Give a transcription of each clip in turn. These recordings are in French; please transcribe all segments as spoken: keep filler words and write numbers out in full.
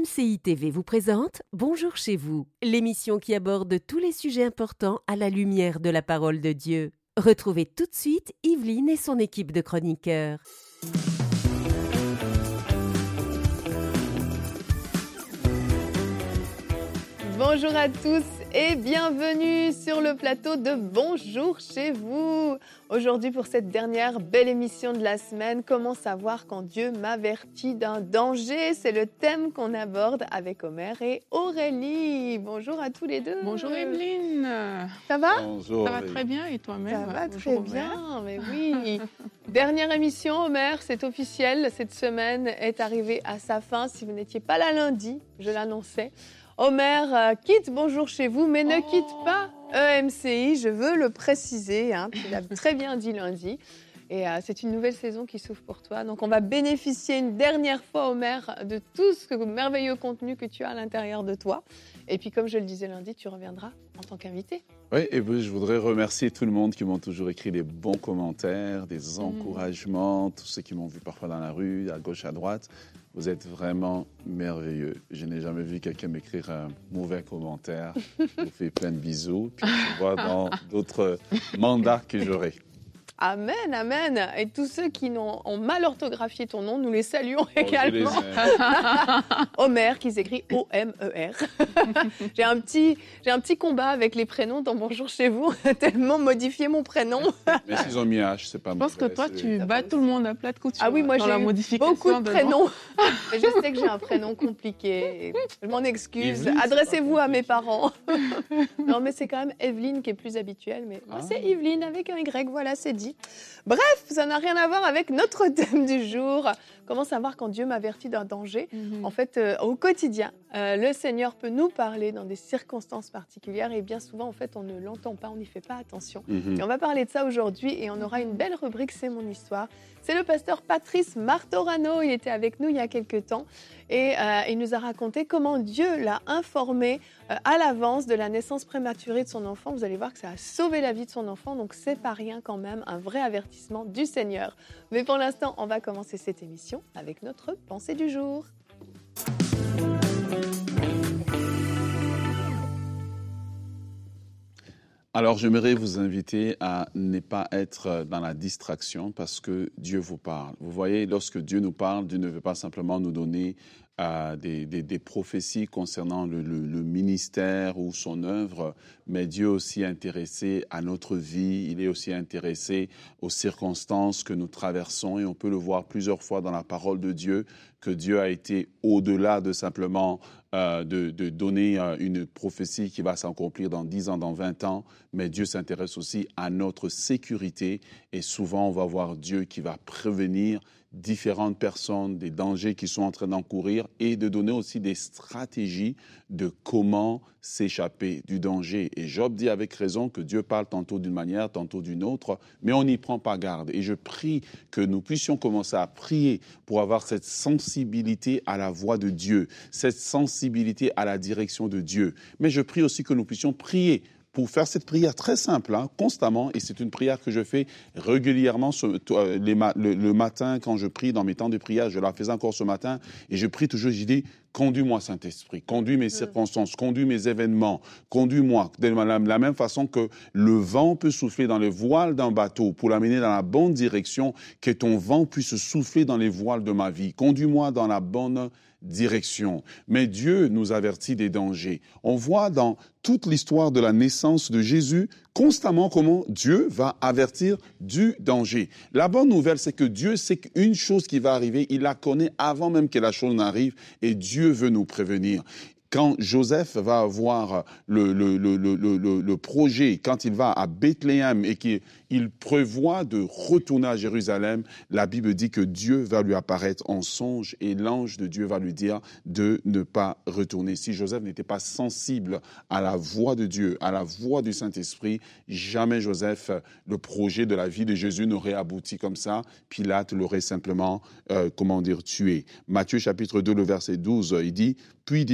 C I T V vous présente Bonjour chez vous, l'émission qui aborde tous les sujets importants à la lumière de la parole de Dieu. Retrouvez tout de suite Yveline et son équipe de chroniqueurs. Bonjour à tous et bienvenue sur le plateau de Bonjour chez vous. Aujourd'hui, pour cette dernière belle émission de la semaine, comment savoir quand Dieu m'avertit d'un danger? C'est le thème qu'on aborde avec Omer et Aurélie. Bonjour à tous les deux. Bonjour Evelyne. Ça va? Bonjour. Ça va très bien et toi-même? Ça va Bonjour, très Omer. bien, mais oui. Dernière émission, Omer, c'est officiel. Cette semaine est arrivée à sa fin. Si vous n'étiez pas là lundi, je l'annonçais. Omer euh, quitte Bonjour chez vous, mais ne Oh. quitte pas E M C I, je veux le préciser, hein, tu l'as très bien dit lundi. Et euh, c'est une nouvelle saison qui s'ouvre pour toi. Donc on va bénéficier une dernière fois, Omer, de tout ce merveilleux contenu que tu as à l'intérieur de toi. Et puis comme je le disais lundi, tu reviendras en tant qu'invité. Oui, et puis je voudrais remercier tout le monde qui m'ont toujours écrit des bons commentaires, des encouragements, tous ceux qui m'ont vu parfois dans la rue, à gauche, à droite. Vous êtes vraiment merveilleux. Je n'ai jamais vu quelqu'un m'écrire un mauvais commentaire. Je vous fais plein de bisous. Puis on se voit dans d'autres mandats que j'aurai. Amen, amen. Et tous ceux qui n'ont, ont mal orthographié ton nom, nous les saluons Oh, je les également. aime. Omer, qui s'écrit O M E R. j'ai, un petit, j'ai un petit combat avec les prénoms dans Bonjour chez vous. Tellement modifié mon prénom. Mais s'ils ont mis H, c'est pas Je pense que mauvais, toi, c'est- tu bats tout le monde à plat de couture Ah oui, moi dans j'ai la eu modification beaucoup de de nom. prénoms. Mais je sais que j'ai un prénom compliqué. Je m'en excuse. Yveline, c'est Adressez-vous pas à mes compliqué. parents. Non, mais c'est quand même Evelyne qui est plus habituelle. Mais moi, Ah. c'est Yveline avec un Y. Voilà, c'est dit. Bref, ça n'a rien à voir avec notre thème du jour. Comment savoir quand Dieu m'avertit d'un danger? Mhm. En fait, euh, au quotidien, euh, le Seigneur peut nous parler dans des circonstances particulières et bien souvent, en fait, on ne l'entend pas, on n'y fait pas attention. Mhm. Et on va parler de ça aujourd'hui et on aura une belle rubrique, c'est mon histoire. C'est le pasteur Patrice Martorano, il était avec nous il y a quelques temps et euh, il nous a raconté comment Dieu l'a informé euh, à l'avance de la naissance prématurée de son enfant. Vous allez voir que ça a sauvé la vie de son enfant, donc c'est pas rien quand même, un vrai avertissement du Seigneur. Mais pour l'instant, on va commencer cette émission avec notre pensée du jour. Alors, j'aimerais vous inviter à ne pas être dans la distraction parce que Dieu vous parle. Vous voyez, lorsque Dieu nous parle, Dieu ne veut pas simplement nous donner euh, des, des, des prophéties concernant le, le, le ministère ou son œuvre, mais Dieu est aussi intéressé à notre vie, il est aussi intéressé aux circonstances que nous traversons et on peut le voir plusieurs fois dans la parole de Dieu, que Dieu a été au-delà de simplement euh, de, de donner euh, une prophétie qui va s'accomplir dans dix ans, dans vingt ans, mais Dieu s'intéresse aussi à notre sécurité et souvent on va voir Dieu qui va prévenir différentes personnes des dangers qui sont en train d'encourir et de donner aussi des stratégies de comment s'échapper du danger. Et Job dit avec raison que Dieu parle tantôt d'une manière, tantôt d'une autre, mais on n'y prend pas garde. Et je prie que nous puissions commencer à prier pour avoir cette sensibilité à la voix de Dieu, cette sensibilité à la direction de Dieu. Mais je prie aussi que nous puissions prier pour faire cette prière très simple, hein, constamment, et c'est une prière que je fais régulièrement ce, euh, les ma, le, le matin quand je prie dans mes temps de prière, je la faisais encore ce matin, et je prie toujours, je dis, conduis-moi Saint-Esprit, conduis mes circonstances, conduis mes événements, conduis-moi de la, la même façon que le vent peut souffler dans les voiles d'un bateau pour l'amener dans la bonne direction, que ton vent puisse souffler dans les voiles de ma vie, conduis-moi dans la bonne direction. Mais Dieu nous avertit des dangers. On voit dans toute l'histoire de la naissance de Jésus constamment comment Dieu va avertir du danger. La bonne nouvelle, c'est que Dieu sait qu'une chose qui va arriver, il la connaît avant même que la chose n'arrive et Dieu veut nous prévenir. Quand Joseph va avoir le, le, le, le, le, le projet, quand il va à Bethléem et qu'il prévoit de retourner à Jérusalem, la Bible dit que Dieu va lui apparaître en songe et l'ange de Dieu va lui dire de ne pas retourner. Si Joseph n'était pas sensible à la voix de Dieu, à la voix du Saint-Esprit, jamais Joseph, le projet de la vie de Jésus n'aurait abouti comme ça. Pilate l'aurait simplement, euh, comment dire, tué. Matthieu chapitre deux, le verset douze, il dit « Puis divinement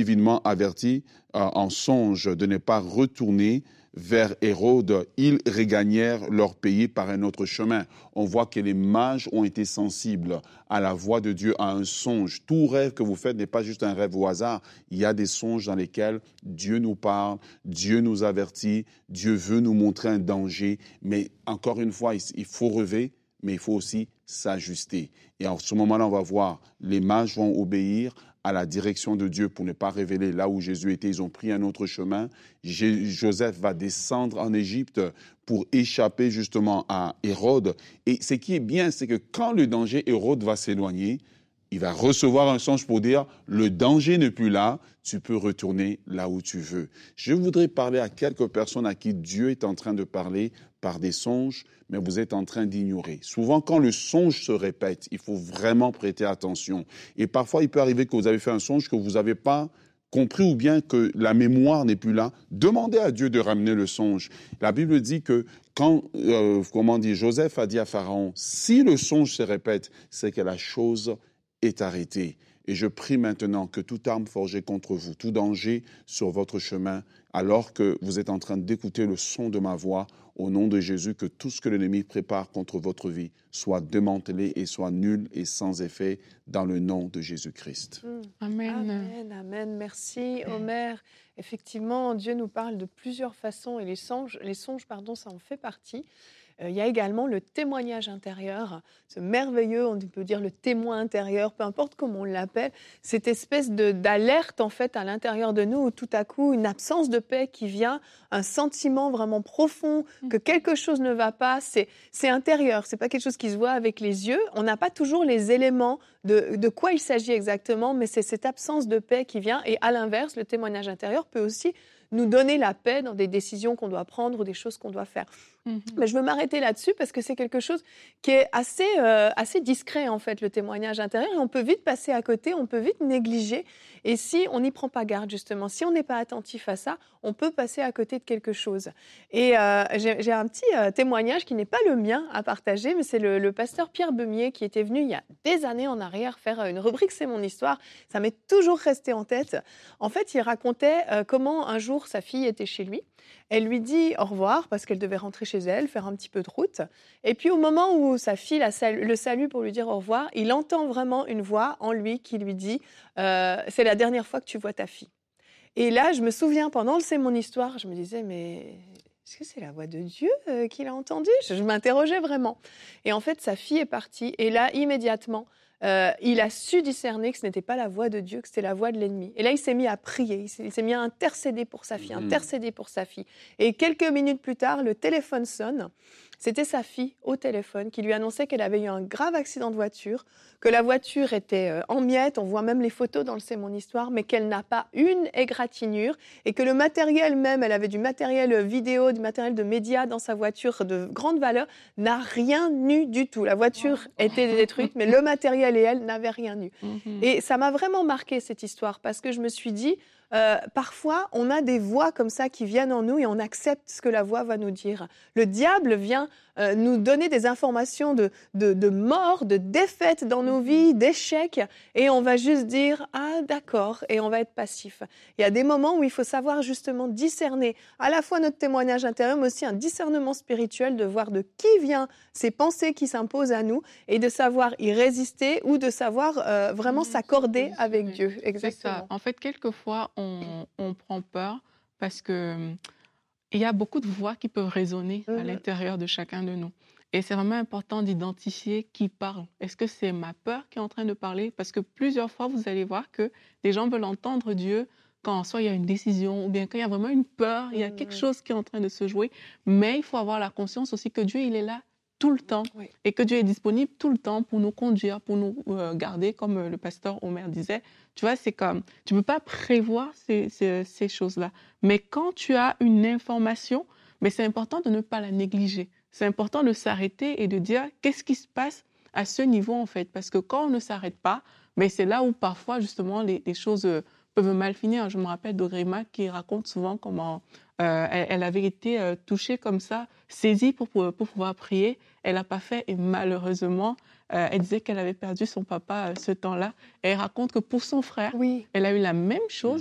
avertis euh, en songe de ne pas retourner vers Hérode, ils regagnèrent leur pays par un autre chemin. On voit que les mages ont été sensibles à la voix de Dieu, à un songe. Tout rêve que vous faites n'est pas juste un rêve au hasard. Il y a des songes dans lesquels Dieu nous parle, Dieu nous avertit, Dieu veut nous montrer un danger. Mais encore une fois, il faut rêver, mais il faut aussi s'ajuster. Et en ce moment-là, on va voir, les mages vont obéir à la direction de Dieu pour ne pas révéler là où Jésus était. Ils ont pris un autre chemin. J- Joseph va descendre en Égypte pour échapper justement à Hérode. Et ce qui est bien, c'est que quand le danger, Hérode va s'éloigner, il va recevoir un songe pour dire « le danger n'est plus là, tu peux retourner là où tu veux ». Je voudrais parler à quelques personnes à qui Dieu est en train de parler par des songes, mais vous êtes en train d'ignorer. Souvent, quand le songe se répète, il faut vraiment prêter attention. Et parfois, il peut arriver que vous avez fait un songe que vous n'avez pas compris ou bien que la mémoire n'est plus là. Demandez à Dieu de ramener le songe. La Bible dit que quand, euh, comment dire, Joseph a dit à Pharaon, si le songe se répète, c'est que la chose est arrêtée. Et je prie maintenant que toute arme forgée contre vous, tout danger sur votre chemin, alors que vous êtes en train d'écouter le son de ma voix, au nom de Jésus, que tout ce que l'ennemi prépare contre votre vie soit démantelé et soit nul et sans effet dans le nom de Jésus-Christ. Mm. Amen. Amen, amen. Merci, Omer. Effectivement, Dieu nous parle de plusieurs façons et les songes, les songes pardon, ça en fait partie. Euh, il y a également le témoignage intérieur, ce merveilleux, on peut dire le témoin intérieur, peu importe comment on l'appelle, cette espèce de, d'alerte en fait à l'intérieur de nous où tout à coup une absence de paix qui vient, un sentiment vraiment profond que quelque chose ne va pas, c'est, c'est intérieur, c'est pas quelque chose qui se voit avec les yeux, on n'a pas toujours les éléments de, de quoi il s'agit exactement, mais c'est cette absence de paix qui vient et à l'inverse, le témoignage intérieur peut aussi nous donner la paix dans des décisions qu'on doit prendre ou des choses qu'on doit faire. Mm-hmm. Mais je veux m'arrêter là-dessus parce que c'est quelque chose qui est assez, euh, assez discret, en fait, le témoignage intérieur. Et on peut vite passer à côté, on peut vite négliger. Et si on n'y prend pas garde, justement, si on n'est pas attentif à ça, on peut passer à côté de quelque chose. Et euh, j'ai, j'ai un petit euh, témoignage qui n'est pas le mien à partager, mais c'est le, le pasteur Pierre Beumier qui était venu il y a des années en arrière faire une rubrique « C'est mon histoire ». Ça m'est toujours resté en tête. En fait, il racontait euh, comment un jour sa fille était chez lui. Elle lui dit au revoir parce qu'elle devait rentrer chez elle, faire un petit peu de route. Et puis au moment où sa fille la salu- le salue pour lui dire au revoir, il entend vraiment une voix en lui qui lui dit euh, « C'est la dernière fois que tu vois ta fille ». Et là, je me souviens, pendant le C'est mon histoire, je me disais « Mais est-ce que c'est la voix de Dieu euh, qu'il a entendue ?» Je, je m'interrogeais vraiment. Et en fait, sa fille est partie. Et là, immédiatement, Euh, il a su discerner que ce n'était pas la voix de Dieu, que c'était la voix de l'ennemi. Et là, il s'est mis à prier, il s'est, il s'est mis à intercéder pour sa fille, mmh. intercéder pour sa fille. Et quelques minutes plus tard, le téléphone sonne. C'était sa fille au téléphone qui lui annonçait qu'elle avait eu un grave accident de voiture, que la voiture était euh, en miettes, on voit même les photos dans le C'est mon histoire, mais qu'elle n'a pas une égratignure et que le matériel même, elle avait du matériel vidéo, du matériel de médias dans sa voiture de grande valeur, n'a rien eu du tout. La voiture était détruite, mais le matériel et elle n'avaient rien eu. Mm-hmm. Et ça m'a vraiment marqué cette histoire parce que je me suis dit, Euh, parfois, on a des voix comme ça qui viennent en nous et on accepte ce que la voix va nous dire. Le diable vient euh, nous donner des informations de, de, de mort, de défaite dans nos vies, d'échecs, et on va juste dire « Ah, d'accord », et on va être passif. Il y a des moments où il faut savoir justement discerner à la fois notre témoignage intérieur, mais aussi un discernement spirituel de voir de qui viennent ces pensées qui s'imposent à nous et de savoir y résister ou de savoir euh, vraiment mmh, s'accorder avec Dieu. Exactement. C'est ça. En fait, quelquefois, on, on prend peur parce que il y a beaucoup de voix qui peuvent résonner mmh. à l'intérieur de chacun de nous. Et c'est vraiment important d'identifier qui parle. Est-ce que c'est ma peur qui est en train de parler? Parce que plusieurs fois, vous allez voir que des gens veulent entendre Dieu quand soit il y a une décision ou bien quand il y a vraiment une peur, il y a mmh. quelque chose qui est en train de se jouer. Mais il faut avoir la conscience aussi que Dieu, il est là tout le temps oui. et que Dieu est disponible tout le temps pour nous conduire, pour nous euh, garder, comme euh, le pasteur Omer disait. Tu vois, c'est comme, tu ne peux pas prévoir ces, ces, ces choses-là. Mais quand tu as une information, mais c'est important de ne pas la négliger. C'est important de s'arrêter et de dire qu'est-ce qui se passe à ce niveau, en fait. Parce que quand on ne s'arrête pas, mais c'est là où parfois, justement, les, les choses euh, peuvent mal finir. Je me rappelle d'Ogrima qui raconte souvent comment euh, elle, elle avait été euh, touchée comme ça, saisie pour, pour, pour pouvoir prier. Elle n'a pas fait et malheureusement, euh, elle disait qu'elle avait perdu son papa euh, ce temps-là. Et elle raconte que pour son frère, oui. elle a eu la même chose.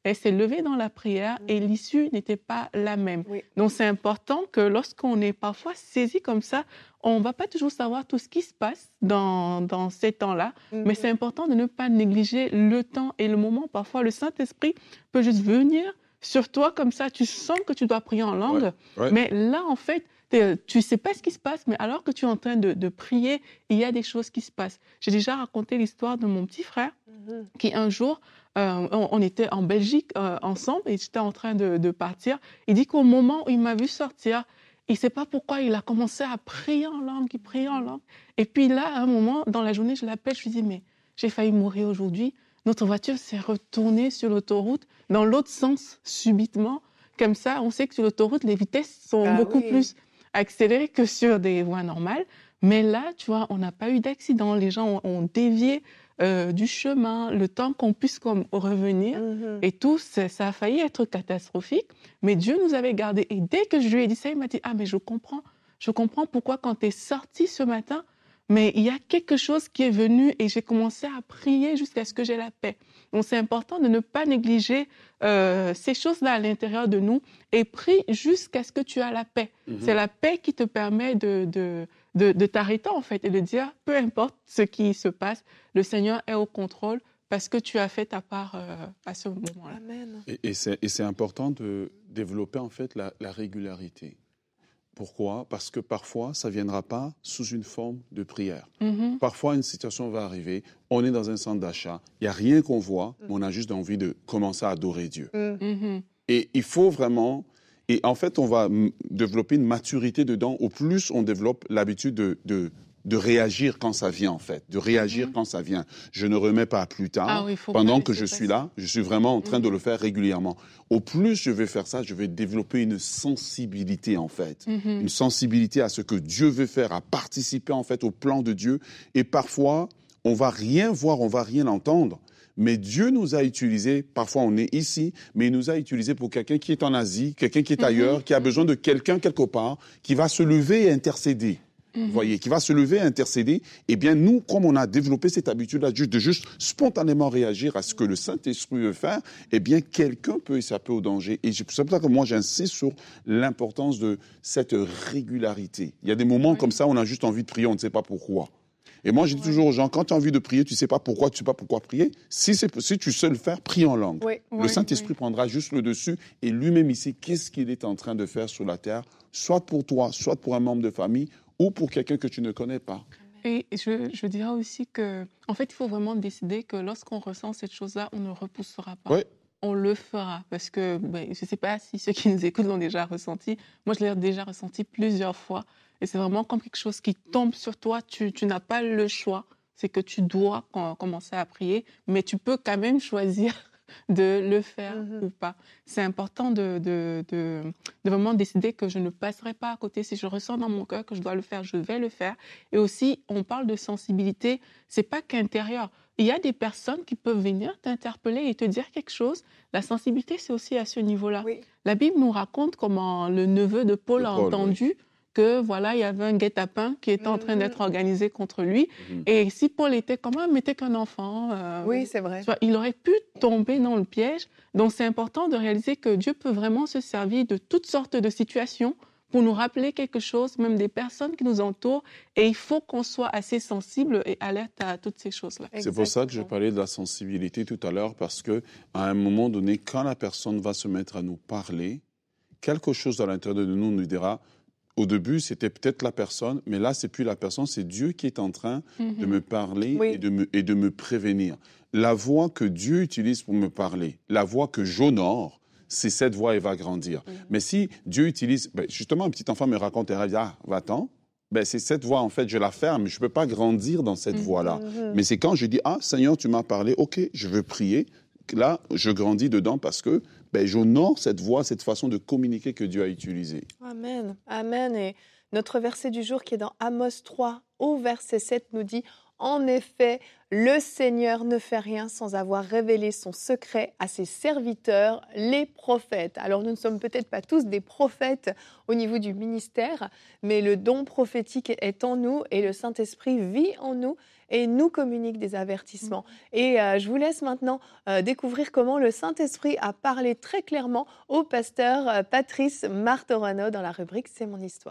elle s'est levée dans la prière Mm. et l'issue n'était pas la même. Oui. Donc, c'est important que lorsqu'on est parfois saisi comme ça, on ne va pas toujours savoir tout ce qui se passe dans, dans ces temps-là, Mhm. mais c'est important de ne pas négliger le temps et le moment. Parfois, le Saint-Esprit peut juste venir sur toi comme ça, tu sens que tu dois prier en langue, Ouais, ouais. mais là, en fait, t'es- tu ne sais pas ce qui se passe, mais alors que tu es en train de, de prier, il y a des choses qui se passent. J'ai déjà raconté l'histoire de mon petit frère Mhm. qui, un jour, euh, on, on était en Belgique euh, ensemble et j'étais en train de, de partir. Il dit qu'au moment où il m'a vu sortir, il ne sait pas pourquoi il a commencé à prier en langue, il priait en langue. Et puis là, à un moment, dans la journée, je l'appelle, je lui dis, mais j'ai failli mourir aujourd'hui. Notre voiture s'est retournée sur l'autoroute dans l'autre sens subitement. Comme ça, on sait que sur l'autoroute, les vitesses sont Ah beaucoup oui. plus accélérées que sur des voies normales. Mais là, tu vois, on n'a pas eu d'accident. Les gens ont, ont dévié euh, du chemin, le temps qu'on puisse comme revenir. Mhm. Et tout, ça, ça a failli être catastrophique. Mais Dieu nous avait gardés. Et dès que je lui ai dit ça, il m'a dit, ah, mais je comprends. Je comprends pourquoi quand tu es sorti ce matin, mais il y a quelque chose qui est venu et j'ai commencé à prier jusqu'à ce que j'ai la paix. Donc, c'est important de ne pas négliger euh, ces choses-là à l'intérieur de nous et prie jusqu'à ce que tu aies la paix. Mhm. C'est la paix qui te permet de, de, de, de t'arrêter, en fait, et de dire, peu importe ce qui se passe, le Seigneur est au contrôle parce que tu as fait ta part euh, à ce moment-là. Amen. Et, et c'est et c'est important de développer en fait la, la régularité. Pourquoi? Parce que parfois, ça ne viendra pas sous une forme de prière. Mhm. Parfois, une situation va arriver, on est dans un centre d'achat, il n'y a rien qu'on voit, mais on a juste envie de commencer à adorer Dieu. Mhm. Mhm. Et il faut vraiment... Et en fait, on va m- développer une maturité dedans. Au plus, on développe l'habitude de, de, de réagir quand ça vient, en fait. De réagir Mhm. quand ça vient. Je ne remets pas à plus tard. Ah oui, il faut pas Pendant laisser que je passer. suis là, je suis vraiment en train de Mhm. le faire régulièrement. Au plus je vais faire ça, je vais développer une sensibilité, en fait. Mhm. Une sensibilité à ce que Dieu veut faire, à participer, en fait, au plan de Dieu. Et parfois, on va rien voir, on va rien entendre. Mais Dieu nous a utilisés, parfois on est ici, mais il nous a utilisés pour quelqu'un qui est en Asie, quelqu'un qui est Mhm. ailleurs, qui a besoin de quelqu'un quelque part, qui va se lever et intercéder. Mhm. Vous voyez, qui va se lever et intercéder. Eh bien, nous, comme on a développé cette habitude-là de juste spontanément réagir à ce que le Saint-Esprit veut faire, eh bien, quelqu'un peut échapper au danger. Et c'est pour ça que moi, j'insiste sur l'importance de cette régularité. Il y a des moments Oui. comme ça, on a juste envie de prier, on ne sait pas pourquoi. Et moi, je dis Ouais. toujours aux gens, quand tu as envie de prier, tu ne sais pas pourquoi, tu ne sais pas pourquoi prier. Si, c'est, si tu sais le faire, prie en langue. Oui. Le Oui, Saint-Esprit oui. prendra juste le dessus et lui-même, il sait qu'est-ce qu'il est en train de faire sur la terre, soit pour toi, soit pour un membre de famille ou pour quelqu'un que tu ne connais pas. Et je, je dirais aussi que, en fait, il faut vraiment décider que lorsqu'on ressent cette chose-là, on ne repoussera pas. Oui. On le fera parce que ben, je ne sais pas si ceux qui nous écoutent l'ont déjà ressenti. Moi, je l'ai déjà ressenti plusieurs fois. Et c'est vraiment comme quelque chose qui tombe sur toi. Tu, tu n'as pas le choix. C'est que tu dois com- commencer à prier, mais tu peux quand même choisir de le faire Mhm. ou pas. C'est important de, de, de, de vraiment décider que je ne passerai pas à côté. Si je ressens dans mon cœur que je dois le faire, je vais le faire. Et aussi, on parle de sensibilité, c'est pas qu'intérieur. Il y a des personnes qui peuvent venir t'interpeller et te dire quelque chose. La sensibilité, c'est aussi à ce niveau-là. Oui. La Bible nous raconte comment le neveu de Paul De a Paul, entendu que voilà, il y avait un guet-apens qui était en train Mhm. d'être organisé contre lui. Mhm. Et si Paul était comme ah, mais t'es qu'un enfant, euh, Oui, c'est vrai. tu vois, il aurait pu tomber dans le piège. Donc, c'est important de réaliser que Dieu peut vraiment se servir de toutes sortes de situations pour nous rappeler quelque chose, même des personnes qui nous entourent. Et il faut qu'on soit assez sensible et alerte à toutes ces choses-là. C'est pour ça que je Exactement. parlais de la sensibilité tout à l'heure, parce que à un moment donné, quand la personne va se mettre à nous parler, quelque chose à l'intérieur de nous nous dira, au début, c'était peut-être la personne, mais là, c'est plus la personne, c'est Dieu qui est en train de me parler Oui. et, de me, et de me prévenir. La voix que Dieu utilise pour me parler, la voix que j'honore, c'est cette voix, elle va grandir. Mhm. Mais si Dieu utilise, ben, justement, un petit enfant me raconte, elle dit, ah, va-t'en, ben, c'est cette voix, en fait, je la ferme, je ne peux pas grandir dans cette Mhm. voix-là. Mhm. Mais c'est quand je dis, ah, Seigneur, tu m'as parlé, ok, je veux prier, que là, je grandis dedans parce que ben, j'honore cette voix, cette façon de communiquer que Dieu a utilisée. Amen. Amen. Et notre verset du jour qui est dans Amos trois au verset sept nous dit « En effet, le Seigneur ne fait rien sans avoir révélé son secret à ses serviteurs, les prophètes. Alors nous ne sommes peut-être pas tous des prophètes au niveau du ministère, mais le don prophétique est en nous et le Saint-Esprit vit en nous et nous communique des avertissements. Et euh, je vous laisse maintenant euh, découvrir comment le Saint-Esprit a parlé très clairement au pasteur euh, Patrice Martorano dans la rubrique « C'est mon histoire ».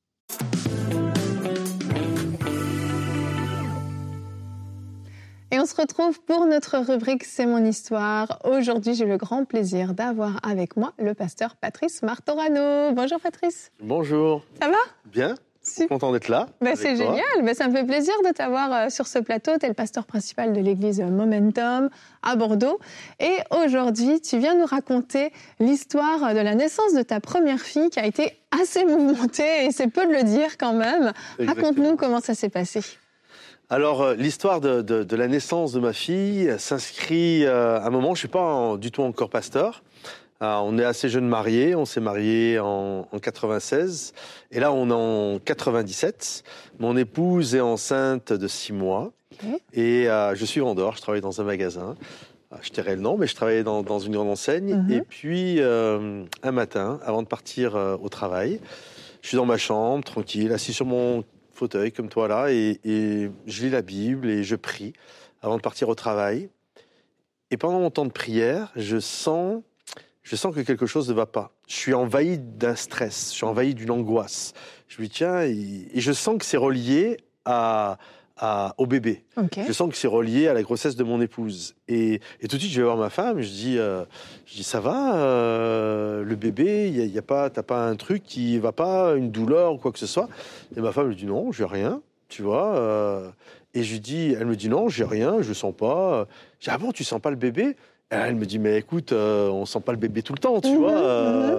Et on se retrouve pour notre rubrique « C'est mon histoire ». Aujourd'hui, j'ai le grand plaisir d'avoir avec moi le pasteur Patrice Martorano. Bonjour Patrice. Bonjour. Ça va ? Bien. Super. Content d'être là. Ben c'est toi. Génial. Ben ça me fait plaisir de t'avoir euh, sur ce plateau. Tu es le pasteur principal de l'église Momentum à Bordeaux. Et aujourd'hui, tu viens nous raconter l'histoire de la naissance de ta première fille qui a été assez mouvementée, et c'est peu de le dire quand même. Exactement. Raconte-nous comment ça s'est passé. Alors, euh, l'histoire de, de, de la naissance de ma fille s'inscrit euh, à un moment, je ne suis pas en, du tout encore pasteur. Euh, on est assez jeunes mariés, on s'est mariés en, en quatre-vingt-seize, et là on est en quatre-vingt-dix-sept. Mon épouse est enceinte de six mois, okay. et euh, je suis vendeur, je travaille dans un magasin. Je tairai le nom, mais je travaillais dans, dans une grande enseigne. Mm-hmm. Et puis, euh, un matin, avant de partir euh, au travail, je suis dans ma chambre, tranquille, assis sur mon fauteuil comme toi là, et, et je lis la Bible et je prie avant de partir au travail. Et pendant mon temps de prière, je sens, je sens que quelque chose ne va pas. Je suis envahi d'un stress, je suis envahi d'une angoisse. Je me dis tiens, et, et je sens que c'est relié à, à, au bébé. Okay. Je sens que c'est relié à la grossesse de mon épouse. Et, et tout de suite, je vais voir ma femme, je dis, euh, je dis ça va, euh, le bébé, il y a, y a pas, t'as pas un truc qui va pas, une douleur ou quoi que ce soit. Et ma femme me dit non, j'ai rien, tu vois. Euh, et je lui dis, elle me dit non, j'ai rien, je sens pas. Je dis ah bon, tu sens pas le bébé? Et elle me dit mais écoute, euh, on sent pas le bébé tout le temps, tu mmh, vois. Euh, mmh.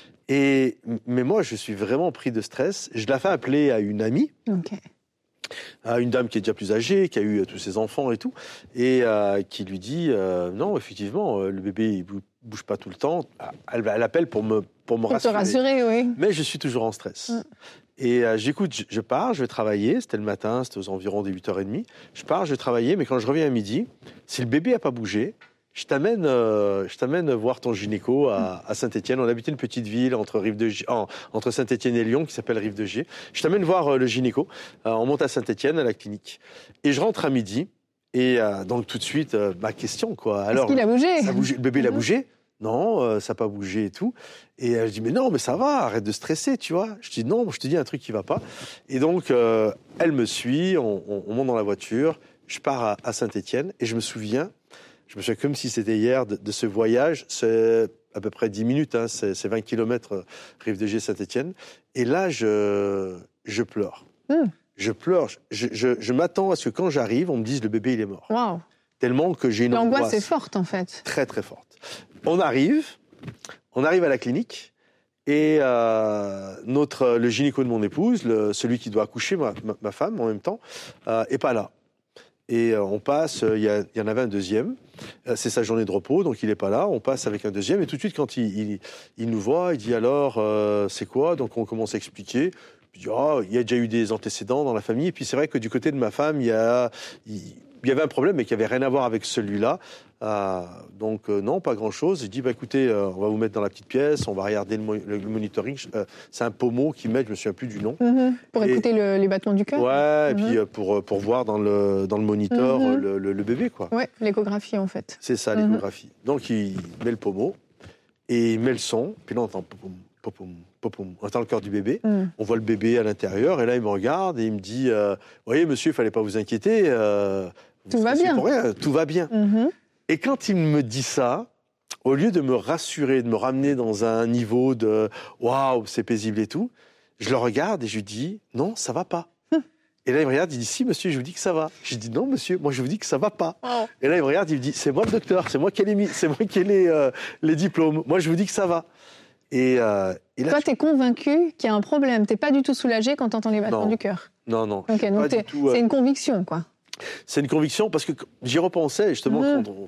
Et mais moi, je suis vraiment pris de stress. Je la fais appeler à une amie. Okay. À une dame qui est déjà plus âgée, qui a eu tous ses enfants et tout, et euh, qui lui dit euh, non, effectivement, euh, le bébé il bouge, bouge pas tout le temps. Elle, elle appelle pour me pour me pour rassurer. Te rassurer, oui. Mais je suis toujours en stress. Mm. Et euh, j'écoute, je, je pars, je vais travailler. C'était le matin, c'était aux environs des huit heures trente. Je pars, je vais travailler, mais quand je reviens à midi, si le bébé a pas bougé, je t'amène, euh, je t'amène voir ton gynéco à, à Saint-Étienne. On habitait une petite ville entre Rive de Gier, en, entre Saint-Étienne et Lyon qui s'appelle Rive de Gier. Je t'amène voir euh, le gynéco. Euh, on monte à Saint-Étienne à la clinique et je rentre à midi. Et euh, donc tout de suite, euh, ma question quoi. Alors, est-ce qu'il a bougé, ça a bougé. Le bébé il a bougé? Non, euh, ça n'a pas bougé et tout. Et euh, je dis mais non, mais ça va, arrête de stresser, tu vois. Je dis non, je te dis un truc qui va pas. Et donc euh, elle me suit, on, on, on monte dans la voiture. Je pars à, à Saint-Étienne et je me souviens. Je me souviens comme si c'était hier de, de ce voyage. C'est à peu près dix minutes, hein, c'est, c'est vingt kilomètres Rive de Gier, Saint-Étienne. Et là, je, je pleure. Mm. Je pleure. Je, je, je m'attends à ce que quand j'arrive, on me dise le bébé, il est mort. Wow. Tellement que j'ai une angoisse. L'angoisse est forte, en fait. Très, très forte. On arrive, on arrive à la clinique. Et euh, notre, le gynéco de mon épouse, le, celui qui doit accoucher, ma, ma, ma femme en même temps, euh, est pas là. Et euh, on passe, il y, y en avait un deuxième, euh, c'est sa journée de repos, donc il n'est pas là, on passe avec un deuxième, et tout de suite quand il, il, il nous voit, il dit alors, euh, c'est quoi? Donc on commence à expliquer, il dit, oh, il y a déjà eu des antécédents dans la famille, et puis c'est vrai que du côté de ma femme, il y, a, il, il y avait un problème, mais qui n'avait rien à voir avec celui-là, euh, donc euh, non, pas grand-chose. Il dit, bah, écoutez, euh, on va vous mettre dans la petite pièce, on va regarder le, mo- le monitoring, euh, c'est un pommeau qu'ils mettent, je me souviens plus du nom. Mmh, pour et, écouter le, les battements du cœur. Ouais, mmh. et puis euh, pour, pour voir dans le, dans le moniteur mmh. le, le, le bébé, quoi. Ouais, l'échographie, en fait. C'est ça, mmh. l'échographie. Donc, il met le pommeau, et il met le son, puis là, on entend popom, popom, popom. On entend le cœur du bébé, mmh. on voit le bébé à l'intérieur, et là, il me regarde, et il me dit, euh, voyez, monsieur, il fallait pas vous inquiéter, euh, tout va bien. Pour rien, tout va bien. Mmh. Et quand il me dit ça, au lieu de me rassurer, de me ramener dans un niveau de « waouh, c'est paisible et tout », je le regarde et je lui dis « non, ça va pas ». Et là, il me regarde, il dit « si, monsieur, je vous dis que ça va ». Je dis « non, monsieur, moi, je vous dis que ça va pas oh. ». Et là, il me regarde, il me dit « c'est moi le docteur, c'est moi qui ai les, c'est moi qui ai les, euh, les diplômes, moi, je vous dis que ça va ». Et, euh, et là, toi, je... tu es convaincu qu'il y a un problème, tu n'es pas du tout soulagé quand tu entends les battements non. du cœur. Non, non. Okay, donc tout, euh... c'est une conviction, quoi. C'est une conviction parce que j'y repensais justement mmh. quand on,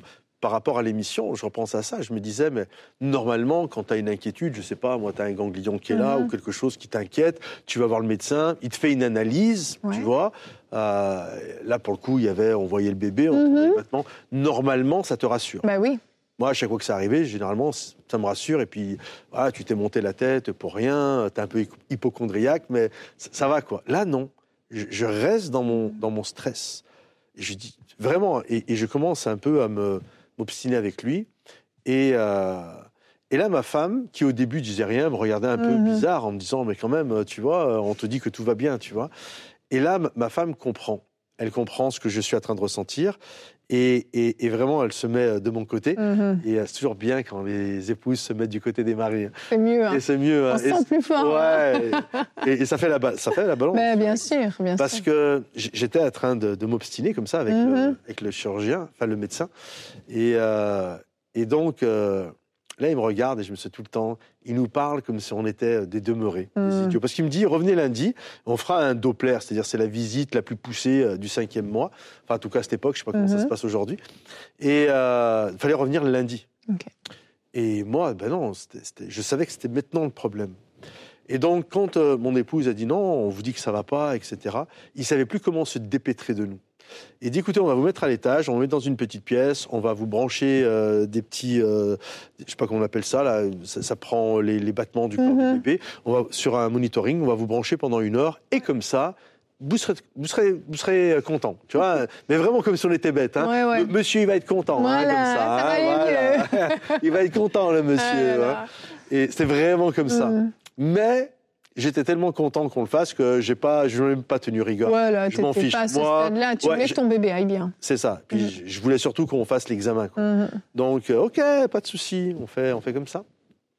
par rapport à l'émission, je repense à ça. Je me disais, mais normalement, quand tu as une inquiétude, je sais pas, moi, tu as un ganglion qui est là, mm-hmm. ou quelque chose qui t'inquiète, tu vas voir le médecin, il te fait une analyse, ouais. tu vois. Euh, là, pour le coup, il y avait, on voyait le bébé, on mm-hmm. le vêtement. Normalement, ça te rassure. Bah oui. Moi, à chaque fois que ça arrivait, généralement, ça me rassure. Et puis, voilà, tu t'es monté la tête pour rien, tu es un peu hypochondriaque, mais ça, ça va, quoi. Là, non. Je, je reste dans mon, dans mon stress. Et je dis, vraiment, et, et je commence un peu à me, m'obstiner avec lui. Et, euh, et là, ma femme, qui au début disait rien, me regardait un mm-hmm. peu bizarre en me disant, mais quand même, tu vois, on te dit que tout va bien, tu vois. Et là, ma femme comprend. Elle comprend ce que je suis en train de ressentir. Et, et, et vraiment, elle se met de mon côté. Mm-hmm. Et c'est toujours bien quand les épouses se mettent du côté des maris. C'est mieux. Hein. Et c'est mieux. On hein. se sent plus fort. Ouais. et, et ça fait la, ça fait la balance. Mais bien sûr, bien Parce sûr. que j'étais en train de, de m'obstiner comme ça avec, mm-hmm. le, avec le chirurgien, enfin le médecin. Et, euh, et donc, euh, là, il me regarde et je me suis tout le temps... Il nous parle comme si on était des demeurés, mm. des idiots. Parce qu'il me dit, revenez lundi, on fera un Doppler, c'est-à-dire c'est la visite la plus poussée du cinquième mois. Enfin, en tout cas, à cette époque, je ne sais pas comment mm-hmm. ça se passe aujourd'hui. Et il euh, fallait revenir le lundi. Okay. Et moi, ben non, c'était, c'était, je savais que c'était maintenant le problème. Et donc, quand euh, mon épouse a dit non, on vous dit que ça ne va pas, et cetera, il ne savait plus comment se dépêtrer de nous. Il dit, écoutez, on va vous mettre à l'étage, on va vous mettre dans une petite pièce, on va vous brancher euh, des petits, euh, je ne sais pas comment on appelle ça, là, ça, ça prend les, les battements du corps mm-hmm. du bébé, on va, sur un monitoring, on va vous brancher pendant une heure, et comme ça, vous serez, vous serez, vous serez content, tu vois, mais vraiment comme si on était bête. Hein. Ouais, ouais. M- monsieur, il va être content, voilà, hein, comme ça. ça hein, va aller voilà. mieux. Il va être content, le monsieur. Ah, hein. Et c'est vraiment comme ça. Mm. Mais... J'étais tellement content qu'on le fasse que j'ai pas, je n'ai même pas tenu rigueur. Voilà, je m'en fiche. Pas à ce Moi, stade-là. Tu ouais, voulais que ton bébé aille bien. C'est ça. Puis mm-hmm. je, je voulais surtout qu'on fasse l'examen. Quoi. Mm-hmm. Donc, euh, ok, pas de souci. On fait, on fait comme ça.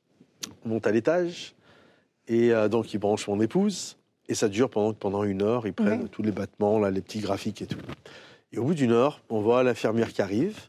On monte à l'étage et euh, donc ils branchent mon épouse et ça dure pendant pendant une heure. Ils prennent oui. tous les battements, là, les petits graphiques et tout. Et au bout d'une heure, on voit l'infirmière qui arrive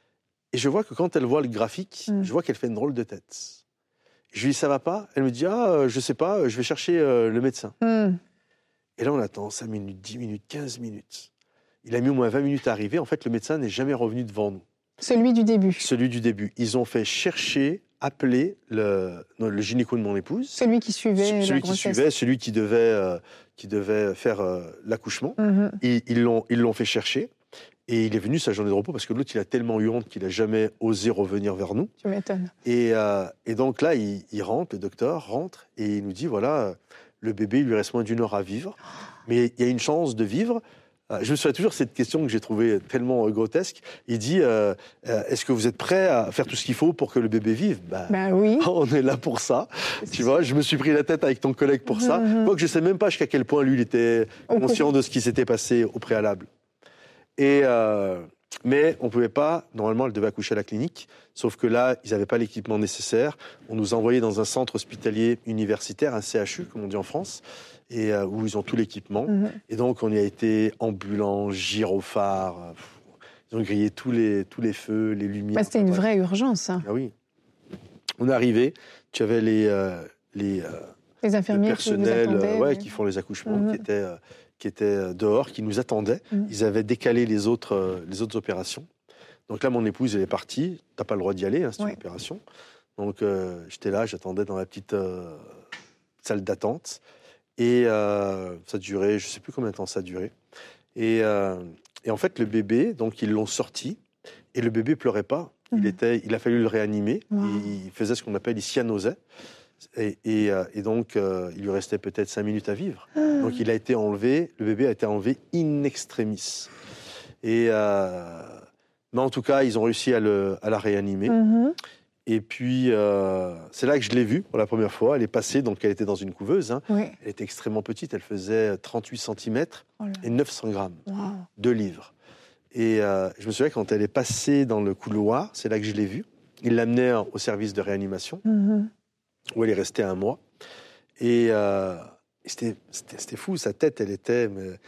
et je vois que quand elle voit le graphique, mm. je vois qu'elle fait une drôle de tête. Je lui dis, ça va pas? Elle me dit, ah, euh, je sais pas, je vais chercher euh, le médecin. Mm. Et là, on attend cinq minutes, dix minutes, quinze minutes. Il a mis au moins vingt minutes à arriver. En fait, le médecin n'est jamais revenu devant nous. Celui du début. Celui du début. Ils ont fait chercher, appeler le, non, le gynéco de mon épouse. Celui qui suivait Celui la qui grossesse. suivait, celui qui devait, euh, qui devait faire euh, l'accouchement. Mm-hmm. Et ils l'ont, ils l'ont fait chercher. Et il est venu sa journée de repos parce que l'autre, il a tellement eu honte qu'il n'a jamais osé revenir vers nous. Tu m'étonnes. Et, euh, et donc là, il, il rentre, le docteur rentre, et il nous dit, voilà, le bébé, il lui reste moins d'une heure à vivre, mais il y a une chance de vivre. Euh, je me souviens toujours de cette question que j'ai trouvée tellement euh, grotesque. Il dit, euh, euh, est-ce que vous êtes prêt à faire tout ce qu'il faut pour que le bébé vive? Ben bah oui. On est là pour ça. Tu vois, je me suis pris la tête avec ton collègue pour ça. Mm-hmm. Moi, que je ne sais même pas jusqu'à quel point lui, il était okay. conscient de ce qui s'était passé au préalable. Et... Euh, Mais on ne pouvait pas, normalement elle devait accoucher à la clinique, sauf que là, ils n'avaient pas l'équipement nécessaire. On nous a envoyés dans un centre hospitalier universitaire, un C H U, comme on dit en France, et, euh, où ils ont tout l'équipement. Mm-hmm. Et donc on y a été ambulants, gyrophares, euh, ils ont grillé tous les, tous les feux, les lumières. Bah, c'était une vraie urgence. Hein. Ah oui. On est arrivé, tu avais les, euh, les, euh, les infirmiers le personnel qui, vous attendaient, ouais, ouais. qui font les accouchements, Mm-hmm. qui étaient... Euh, qui étaient dehors, qui nous attendaient. Mmh. Ils avaient décalé les autres, euh, les autres opérations. Donc là, mon épouse, elle est partie. Tu n'as pas le droit d'y aller, hein, c'est ouais. une opération. Donc euh, j'étais là, j'attendais dans la petite euh, salle d'attente. Et euh, ça durait, je ne sais plus combien de temps ça a duré. Et, euh, et en fait, le bébé, donc ils l'ont sorti. Et le bébé ne pleurait pas. Mmh. Il, était, il a fallu le réanimer. Wow. Il faisait ce qu'on appelle, il cyanosait. Et, et, et donc, euh, il lui restait peut-être cinq minutes à vivre. Ah. Donc, il a été enlevé, le bébé a été enlevé in extremis. Et, euh, mais en tout cas, ils ont réussi à, le, à la réanimer. Mm-hmm. Et puis, euh, c'est là que je l'ai vue pour la première fois. Elle est passée, donc elle était dans une couveuse. Hein. Oui. Elle était extrêmement petite, elle faisait trente-huit centimètres oh et neuf cents grammes, wow. deux livres. Et euh, je me souviens, quand elle est passée dans le couloir, c'est là que je l'ai vue. Il l'amenait au service de réanimation. Mm-hmm. Où elle est restée un mois. Et, euh, et c'était, c'était, c'était fou, sa tête, elle était... Mais,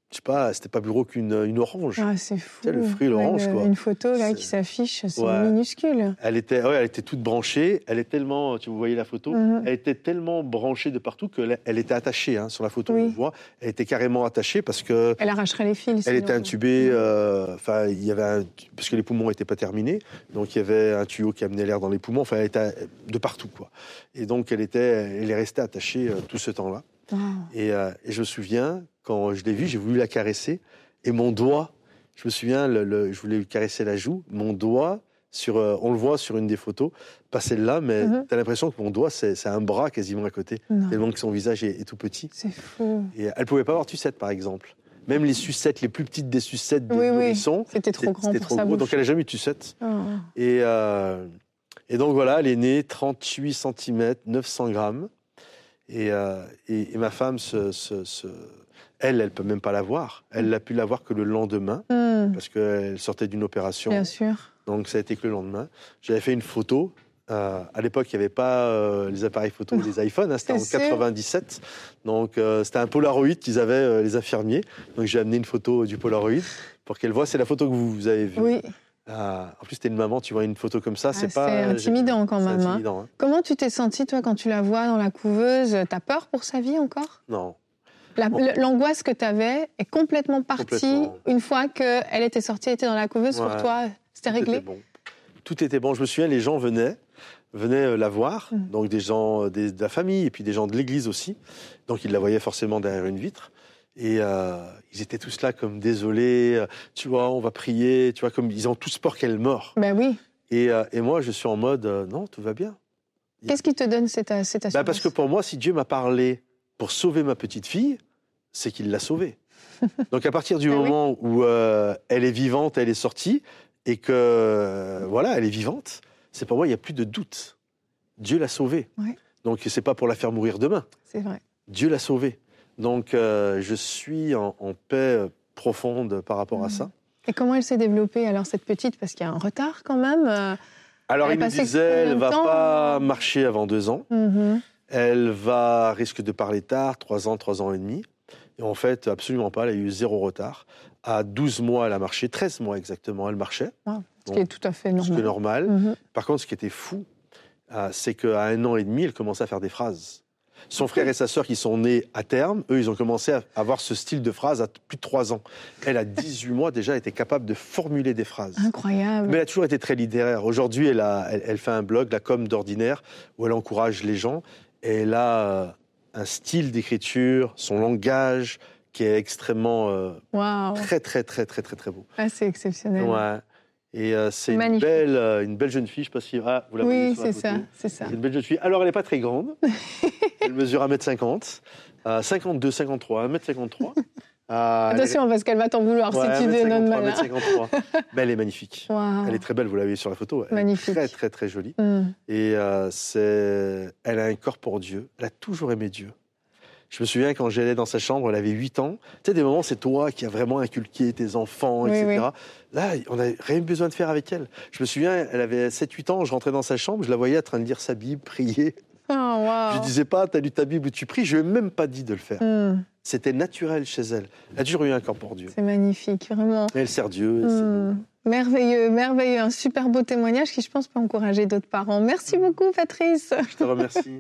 je sais pas, c'était pas plus gros qu'une une orange. Ah, c'est fou. Tu sais, le fruit, l'orange, Ouais, quoi. Une photo là, C'est- qui s'affiche, c'est Ouais. minuscule. Elle était, ouais, elle était toute branchée. Elle est tellement, tu vous voyez la photo, Mhm. elle était tellement branchée de partout qu'elle elle était attachée. Hein, sur la photo, Oui. on le voit. Elle était carrément attachée parce que Elle arracherait les fils. elle sinon. était intubée. euh, Enfin, il y avait un, parce que les poumons n'étaient pas terminés, donc il y avait un tuyau qui amenait l'air dans les poumons. Enfin, elle était de partout, quoi. Et donc elle était, elle est restée attachée euh, tout ce temps-là. Wow. Et, euh, et je me souviens quand je l'ai vue, j'ai voulu la caresser et mon doigt. Je me souviens, le, le- je voulais lui caresser la joue. Mon doigt, sur, euh, on le voit sur une des photos, pas celle-là, mais Mhm. tu as l'impression que mon doigt, c'est c'est un bras quasiment à côté, Non. tellement que son visage est, est tout petit. C'est fou. Et elle pouvait pas avoir de sucette, par exemple. Même les sucettes, les plus petites des sucettes des Oui, oui. nourrissons, C'était trop grand c'était pour trop sa gros. bouche. Donc elle n'a jamais eu de sucette. Oh. Et, euh, et donc voilà, elle est née trente-huit centimètres, neuf cents grammes. Et, euh, et, et ma femme, se, se, se- elle, elle peut même pas la voir. Elle n'a pu la voir que le lendemain, Hmm, parce qu'elle sortait d'une opération. Bien sûr. Donc ça a été que le lendemain. J'avais fait une photo. Euh, à l'époque, il n'y avait pas euh, les appareils photo, les iPhones. Hein, c'était en C'est sûr. quatre-vingt-dix-sept. Donc euh, c'était un Polaroid qu'ils avaient, euh, les infirmiers. Donc j'ai amené une photo du Polaroid pour qu'elle voie. C'est la photo que vous, vous avez vue. Oui. Ah, en plus, t'es une maman, tu vois une photo comme ça, Ah, c'est c'est pas... intimidant quand c'est même, hein. intimidant, hein. Comment tu t'es sentie, toi, quand tu la vois dans la couveuse? T'as peur pour sa vie encore? Non. La- Bon. le- L'angoisse que tu avais est complètement partie Complètement. une fois qu'elle était sortie, elle était dans la couveuse. Ouais. Pour toi, c'était Tout réglé? était bon. Tout était bon. Je me souviens, les gens venaient, venaient euh, la voir, Mm. donc des gens euh, des- de la famille et puis des gens de l'église aussi. Donc ils la voyaient forcément derrière une vitre. Et euh, ils étaient tous là comme désolés, euh, tu vois, on va prier, tu vois, comme ils ont tous peur qu'elle meure. Ben oui. Et, euh, et moi, je suis en mode, euh, non, tout va bien. Qu'est-ce qui te donne cette, cette assurance? Bah, parce que pour moi, si Dieu m'a parlé pour sauver ma petite fille, c'est qu'il l'a sauvée. Donc à partir du Ah oui. moment où euh, elle est vivante, elle est sortie, et que euh, voilà, elle est vivante, c'est pour moi, il n'y a plus de doute. Dieu l'a sauvée. Ouais. Donc c'est pas pour la faire mourir demain. C'est vrai. Dieu l'a sauvée. Donc euh, je suis en, en paix euh, profonde par rapport à Mhm. ça. Et comment elle s'est développée, alors, cette petite? Parce qu'il y a un retard quand même. euh, Alors Elle il me passait disait, combien elle de va temps pas marcher avant deux ans. mhm. Elle va risque de parler tard, trois ans, trois ans et demi. Et en fait, absolument pas. Elle a eu zéro retard. À douze mois, elle a marché. treize mois exactement, elle marchait. Wow. Ce Donc, qui est tout à fait Ce qui normal. est normal. Mhm. Par contre, ce qui était fou, euh, c'est qu'à un an et demi, elle commençait à faire des phrases. Son frère et sa sœur qui sont nés à terme, eux, ils ont commencé à avoir ce style de phrase à plus de trois ans. Elle, à dix-huit mois, déjà, était capable de formuler des phrases. Incroyable. Mais elle a toujours été très littéraire. Aujourd'hui, elle, a- elle, elle fait un blog, La Com d'ordinaire, où elle encourage les gens. Et elle a euh, un style d'écriture, son langage, qui est extrêmement euh, Waouh. très, très, très, très, très, très beau. Ah, c'est exceptionnel. Ouais. Et euh, c'est une Magnifique. belle, euh, une belle jeune fille. Je ne sais pas si ah, vous la voyez Oui, sur la c'est photo. ça, c'est ça. C'est une belle jeune fille. Alors, elle n'est pas très grande. Elle mesure un mètre cinquante. Euh, cinquante-deux, cinquante-trois, un mètre cinquantre-trois. Euh, elle est- Attention, parce qu'elle va t'en vouloir Ouais, si tu dénonnes mal. un mètre cinquante-trois. Mais elle est magnifique. Waouh. Elle est très belle, vous l'avez sur la photo. Elle Magnifique. est très, très, très jolie. Hmm. Et euh, c'est... elle a un corps pour Dieu. Elle a toujours aimé Dieu. Je me souviens quand j'allais dans sa chambre, elle avait huit ans. Tu sais, des moments, c'est toi qui as vraiment inculqué tes enfants, Oui, et cetera. oui. Là, on n'avait rien besoin de faire avec elle. Je me souviens, elle avait sept huit ans, je rentrais dans sa chambre, je la voyais en train de lire sa Bible, prier. Oh, waouh. Je ne disais pas, t'as lu ta Bible ou tu pries. Je ne lui ai même pas dit de le faire. Hmm. C'était naturel chez elle. Elle a toujours eu un corps pour Dieu. C'est magnifique, vraiment. Et elle sert Dieu. et c'est Hmm. beau. Merveilleux, merveilleux. Un super beau témoignage qui, je pense, peut encourager d'autres parents. Merci beaucoup, Patrice. Je te remercie.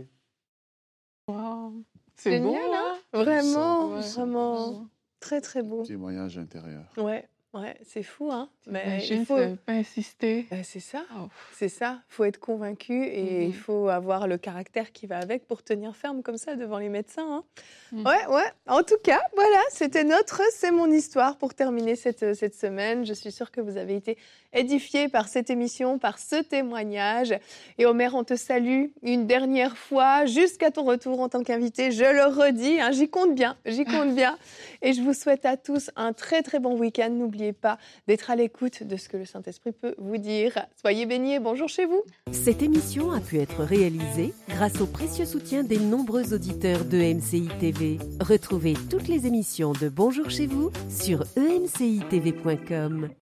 Wow. C'est Génial, beau, hein hein? Vraiment, Ouais. vraiment. Très, très beau. Témoignage intérieur. Ouais, ouais, c'est fou, hein. Mais T'imagines, il faut... ça veut pas insister. Ben, c'est ça, Oh. c'est ça. Il faut être convaincu et Mhm. il faut avoir le caractère qui va avec pour tenir ferme comme ça devant les médecins. Hein. Mhm. Ouais, ouais. En tout cas, voilà, c'était notre C'est mon histoire pour terminer cette, cette semaine. Je suis sûre que vous avez été édifiés par cette émission, par ce témoignage. Et Omer, on te salue une dernière fois jusqu'à ton retour en tant qu'invité. Je le redis, hein, j'y compte bien, j'y compte bien. Et je vous souhaite à tous un très très bon week-end. N'oubliez pas d'être à l'écoute de ce que le Saint-Esprit peut vous dire. Soyez bénis et bonjour chez vous. Cette émission a pu être réalisée grâce au précieux soutien des nombreux auditeurs de M C I T V. Retrouvez toutes les émissions de Bonjour chez vous sur e m c i t v point com.